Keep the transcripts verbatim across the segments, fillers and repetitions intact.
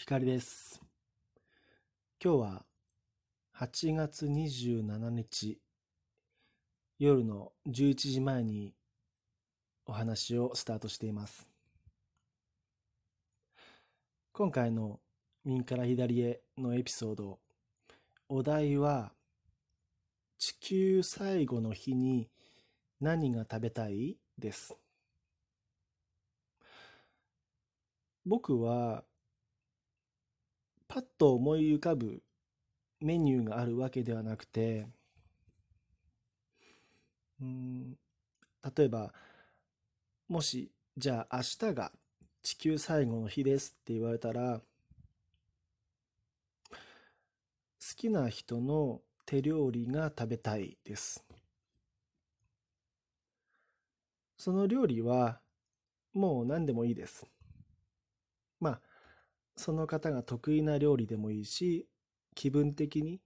光です。今日ははちがつにじゅうしちにち夜のじゅういちじまえにお話をスタートしています。今回の右から左へのエピソード、お題は地球最後の日に何が食べたいです。僕はパッと思い浮かぶメニューがあるわけではなくて、うーん例えばもしじゃあ明日が地球最後の日ですって言われたら、好きな人の手料理が食べたいです。その料理はもう何でもいいです。まあ、その方が得意な料理でもいいし、気分的に、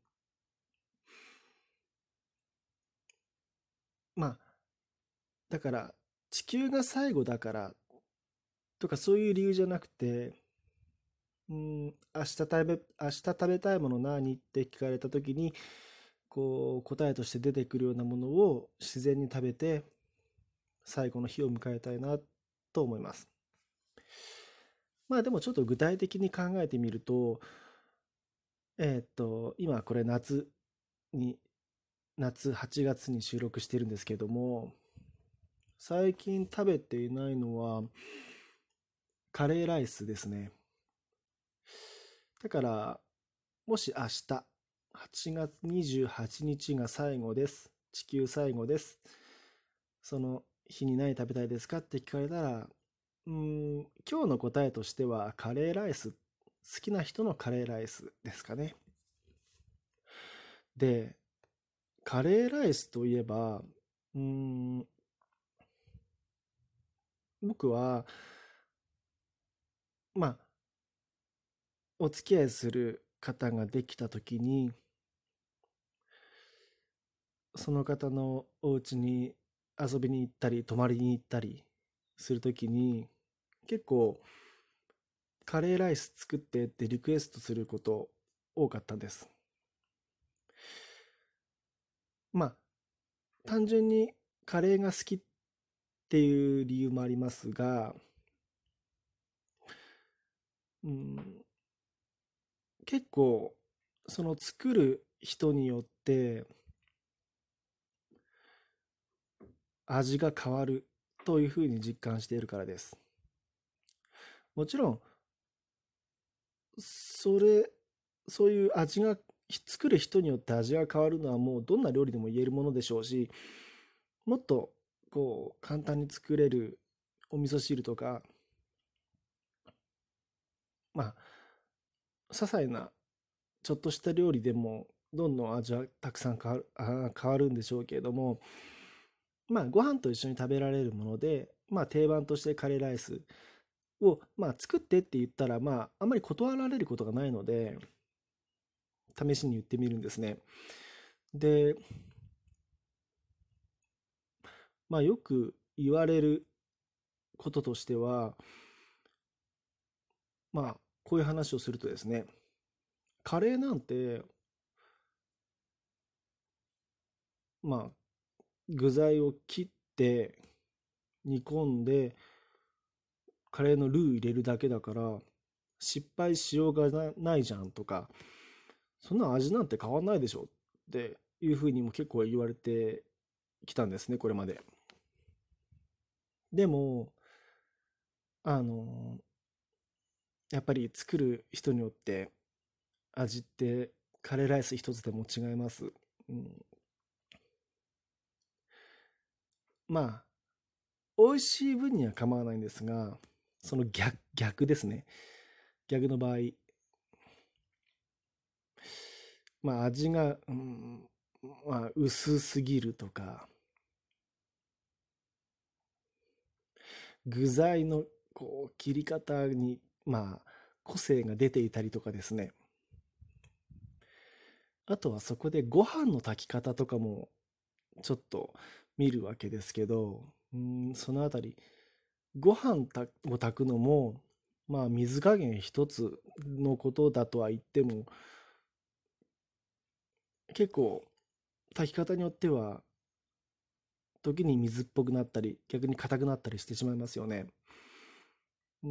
まあ、だから地球が最後だからとかそういう理由じゃなくて、うん、明日食べ、明日食べたいもの何って聞かれた時に、こう答えとして出てくるようなものを自然に食べて最後の日を迎えたいなと思います。まあでもちょっと具体的に考えてみると、えーっと、今これ夏に、夏はちがつに収録してるんですけども、最近食べていないのはカレーライスですね。だから、もし明日、はちがつにじゅうはちにちが最後です。地球最後です。その日に何食べたいですかって聞かれたら、うーん、今日の答えとしてはカレーライス、好きな人のカレーライスですかね。で、カレーライスといえば、うーん、僕は、まあ、お付き合いする方ができた時に、その方のお家に遊びに行ったり、泊まりに行ったりする時に、結構、カレーライス作ってってリクエストすること多かったんです。まあ、単純にカレーが好きっていう理由もありますが、うん、結構、その作る人によって味が変わるというふうに実感しているからです。もちろん、それ、そういう味が、作る人によって味が変わるのはもうどんな料理でも言えるものでしょうし、もっとこう簡単に作れるお味噌汁とか、まあ、些細なちょっとした料理でもどんどん味はたくさん変わる、あ変わるんでしょうけれども、まあ、ご飯と一緒に食べられるもので、まあ、定番としてカレーライスを、まあ、作ってって言ったら、まあ、あんまり断られることがないので、試しに言ってみるんですね。で、まあ、よく言われることとしては、まあ、こういう話をするとですね、カレーなんて、まあ、具材を切って煮込んでカレーのルー入れるだけだから失敗しようがなないじゃんとか、そんな味なんて変わんないでしょっていうふうにも結構言われてきたんですね、これまで。でも、あの、やっぱり作る人によって味ってカレーライス一つでも違います。うん、まあ、美味しい分には構わないんですが、その逆、逆ですね。逆の場合、まあ味が、うん、まあ薄すぎるとか、具材のこう切り方に、まあ個性が出ていたりとかですね。あとはそこでご飯の炊き方とかもちょっと見るわけですけど、うん、そのあたり、ご飯たを炊くのもまあ水加減一つのことだとは言っても、結構炊き方によっては時に水っぽくなったり逆に硬くなったりしてしまいますよね。うん、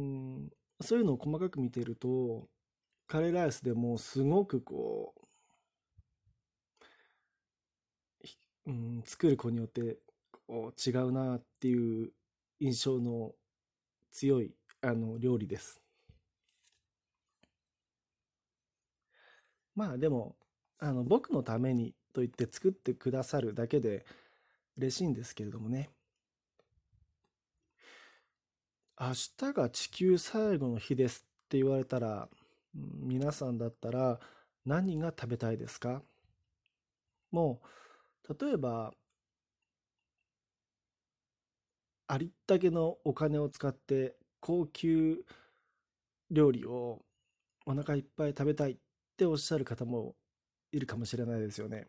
そういうのを細かく見ていると、カレーライスでもすごくこう、ひうん、作る子によってこう違うなっていう印象の強いあの料理です。まあでも、あの僕のためにと言って作ってくださるだけで嬉しいんですけれどもね。明日が地球最後の日ですって言われたら、うん皆さんだったら何が食べたいですか？もう、例えば、ありったけのお金を使って高級料理をお腹いっぱい食べたいっておっしゃる方もいるかもしれないですよね。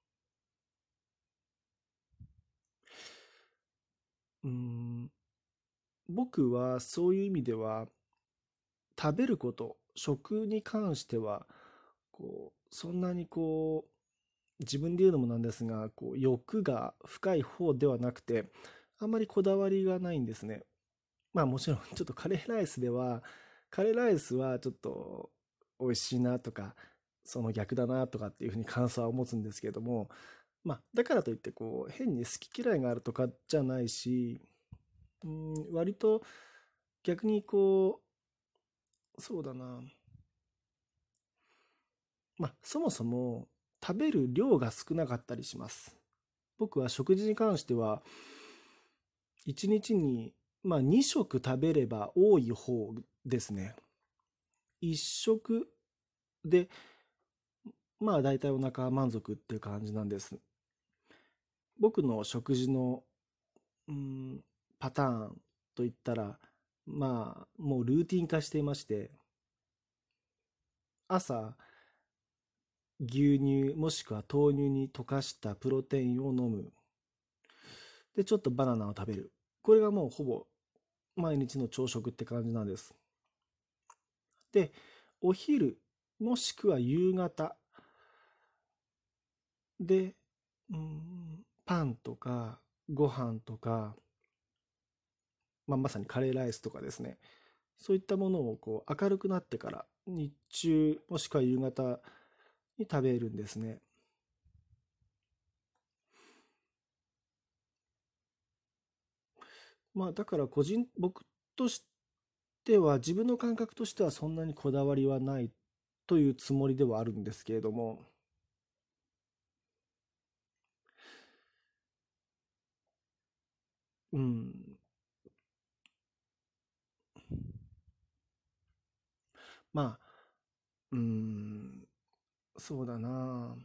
うーん、僕はそういう意味では食べること、食に関しては、こう、そんなにこう、自分で言うのもなんですが、こう、欲が深い方ではなくて、あんまりこだわりがないんですね。まあもちろん、ちょっとカレーライスでは、カレーライスはちょっと美味しいなとか、その逆だなとかっていうふうに感想は持つんですけれども、まあだからといってこう、変に好き嫌いがあるとかじゃないし、うん、割と逆にこう、そうだな、まあそもそも食べる量が少なかったりします。僕は食事に関しては、いちにちに、まあ、に食食べれば多い方ですね。いっ食で、まあ大体お腹満足っていう感じなんです。僕の食事の、うん、パターンといったら、まあもうルーティン化していまして、朝牛乳もしくは豆乳に溶かしたプロテインを飲む。で、ちょっとバナナを食べる。これがもうほぼ毎日の朝食って感じなんです。で、お昼もしくは夕方で、うん、パンとかご飯とか、まあ、まさにカレーライスとかですね。そういったものをこう明るくなってから日中もしくは夕方に食べるんですね。まあだから個人、僕としては自分の感覚としてはそんなにこだわりはないというつもりではあるんですけれども、うん、まあ、うん、そうだな。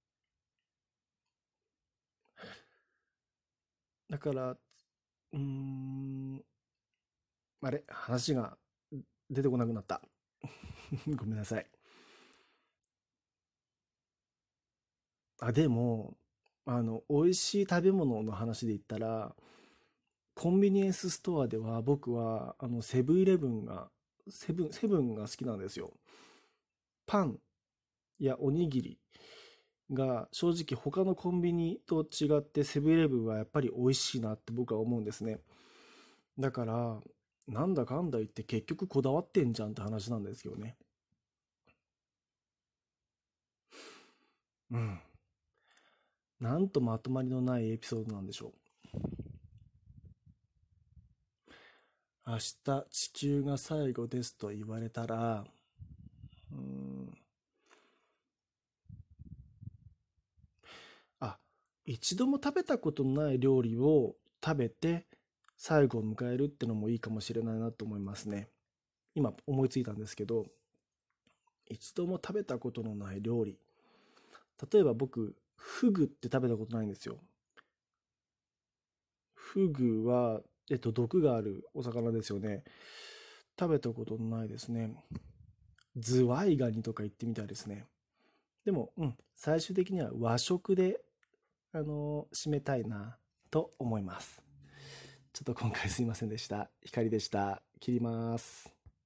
だから、うーん、あれ、話が出てこなくなった。ごめんなさい。あ、でも、あの、美味しい食べ物の話で言ったら、コンビニエンスストアでは僕は、あの、セブンイレブンが、セブン、セブンが好きなんですよ。パンやおにぎりが正直他のコンビニと違ってセブンイレブンはやっぱり美味しいなって僕は思うんですね。だから、なんだかんだ言って結局こだわってんじゃんって話なんですよね。うん。なんとまとまりのないエピソードなんでしょう。明日地球が最後ですと言われたら、うーん、あ、一度も食べたことのない料理を食べて最後を迎えるってのもいいかもしれないなと思いますね。今思いついたんですけど、一度も食べたことのない料理。例えば僕、フグって食べたことないんですよ。フグは、えっと、毒があるお魚ですよね。食べたことないですね。ズワイガニとか言ってみたいですね。でも、うん、最終的には和食で、あのー締めたいなと思います。ちょっと今回すいませんでした。光でした。切ります。